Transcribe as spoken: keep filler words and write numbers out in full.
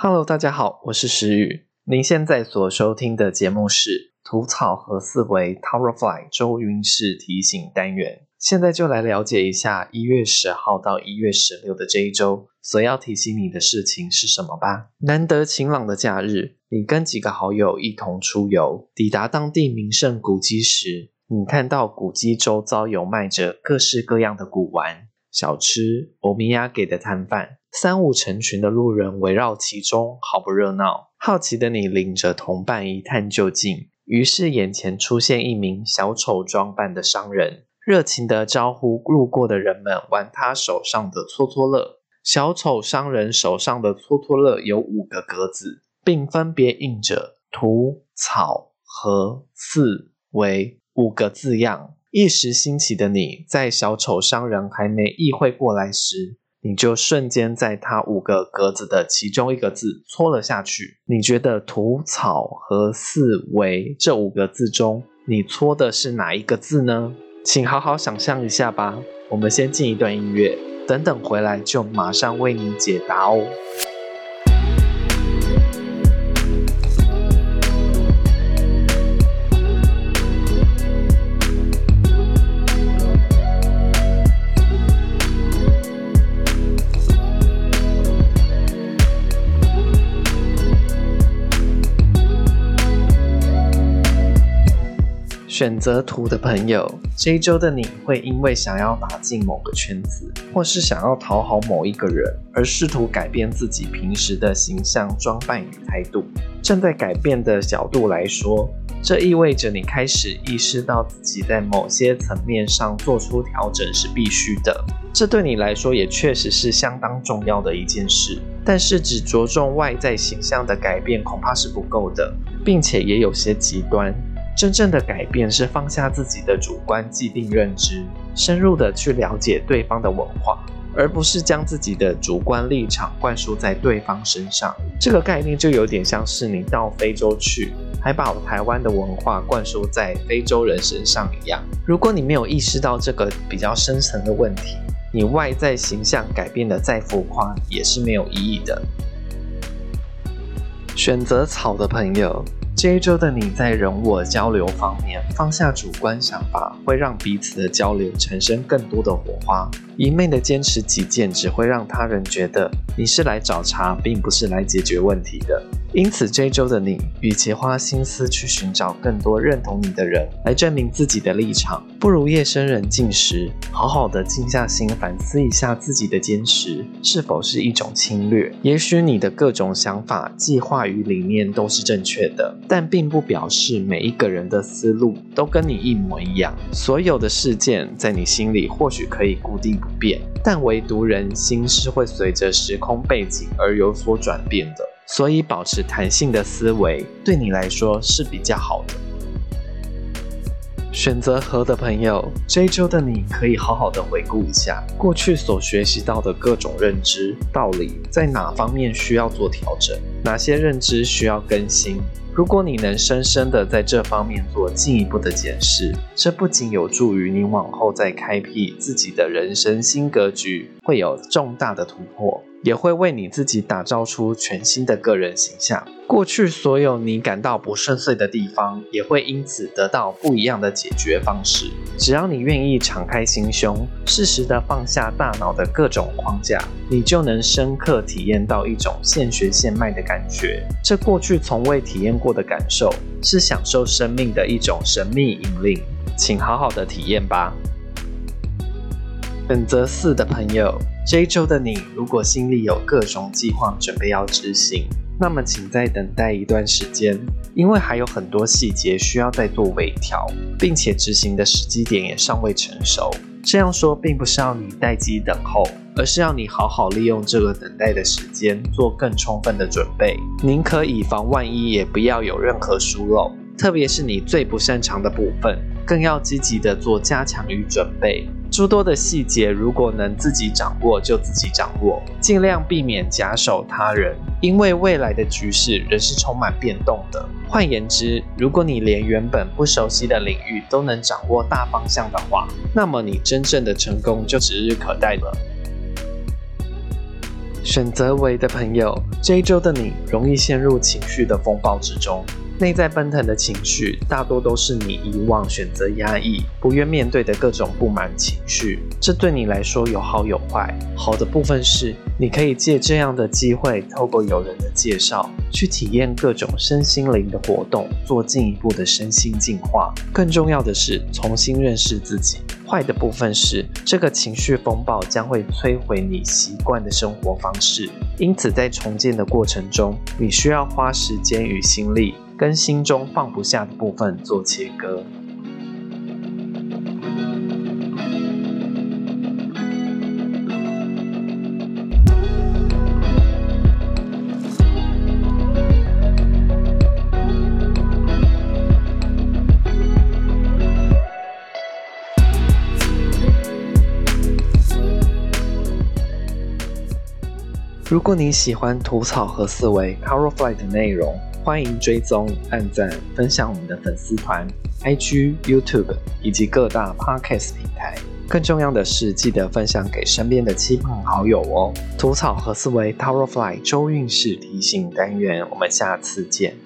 Hello， 大家好，我是石宇。您现在所收听的节目是吐草和思维 Towerfly 周运势提醒单元。现在就来了解一下一月十号到一月十六的这一周所要提醒你的事情是什么吧。难得晴朗的假日，你跟几个好友一同出游，抵达当地名胜古迹时，你看到古迹周遭有卖着各式各样的古玩、小吃、欧米亚给的摊贩，三五成群的路人围绕其中，好不热闹。好奇的你领着同伴一探究竟，于是眼前出现一名小丑装扮的商人，热情地招呼路过的人们玩他手上的戳戳乐。小丑商人手上的戳戳乐有五个格子，并分别印着吐、草、和、四、为五个字样。一时兴起的你，在小丑商人还没意会过来时，你就瞬间在他五个格子的其中一个字戳了下去。你觉得吐、草、和、四、为这五个字中，你戳的是哪一个字呢？请好好想象一下吧。我们先进一段音乐，等等回来就马上为你解答哦。选择吐的朋友，这一周的你会因为想要打进某个圈子，或是想要讨好某一个人，而试图改变自己平时的形象、装扮与态度。站在改变的角度来说，这意味着你开始意识到自己在某些层面上做出调整是必须的。这对你来说也确实是相当重要的一件事，但是只着重外在形象的改变恐怕是不够的，并且也有些极端。真正的改变是放下自己的主观既定认知，深入的去了解对方的文化，而不是将自己的主观立场灌输在对方身上。这个概念就有点像是你到非洲去，还把台湾的文化灌输在非洲人身上一样。如果你没有意识到这个比较深层的问题，你外在形象改变的再浮夸也是没有意义的。选择草的朋友，这一周的你在人我交流方面放下主观想法，会让彼此的交流产生更多的火花。一昧的坚持己见只会让他人觉得你是来找茬，并不是来解决问题的。因此这一周的你，与其花心思去寻找更多认同你的人来证明自己的立场，不如夜深人静时好好的静下心反思一下自己的坚持是否是一种侵略。也许你的各种想法、计划与理念都是正确的，但并不表示每一个人的思路都跟你一模一样。所有的事件在你心里或许可以固定不变，但唯独人心是会随着时空背景而有所转变的。所以保持弹性的思维对你来说是比较好的。选择和的朋友，这一周的你可以好好的回顾一下过去所学习到的各种认知道理，在哪方面需要做调整，哪些认知需要更新。如果你能深深的在这方面做进一步的检视，这不仅有助于你往后再开辟自己的人生新格局会有重大的突破，也会为你自己打造出全新的个人形象。过去所有你感到不顺遂的地方，也会因此得到不一样的解决方式。只要你愿意敞开心胸，适时的放下大脑的各种框架，你就能深刻体验到一种现学现卖的感觉。这过去从未体验过的感受，是享受生命的一种神秘引领，请好好的体验吧。选择四的朋友，这一周的你如果心里有各种计划准备要执行，那么请再等待一段时间，因为还有很多细节需要再做微调，并且执行的时机点也尚未成熟。这样说并不是要你待机等候，而是要你好好利用这个等待的时间做更充分的准备，宁可以防万一，也不要有任何疏漏。特别是你最不擅长的部分，更要积极的做加强与准备。诸多的细节如果能自己掌握就自己掌握，尽量避免假手他人，因为未来的局势仍是充满变动的。换言之，如果你连原本不熟悉的领域都能掌握大方向的话，那么你真正的成功就指日可待了。 选择为的朋友，这一周的你容易陷入情绪的风暴之中。内在奔腾的情绪大多都是你以往选择压抑、不愿面对的各种不满情绪，这对你来说有好有坏。好的部分是，你可以借这样的机会，透过友人的介绍，去体验各种身心灵的活动，做进一步的身心净化。更重要的是，重新认识自己。坏的部分是，这个情绪风暴将会摧毁你习惯的生活方式，因此在重建的过程中，你需要花时间与心力，跟心中放不下的部分做切割。如果你喜欢吐槽和思维 Powerfly 的内容，欢迎追踪、按赞、分享我们的粉丝团、I G、YouTube 以及各大 Podcast 平台。更重要的是，记得分享给身边的亲朋好友哦。吐槽和思维 Powerfly 周运势提醒单元，我们下次见。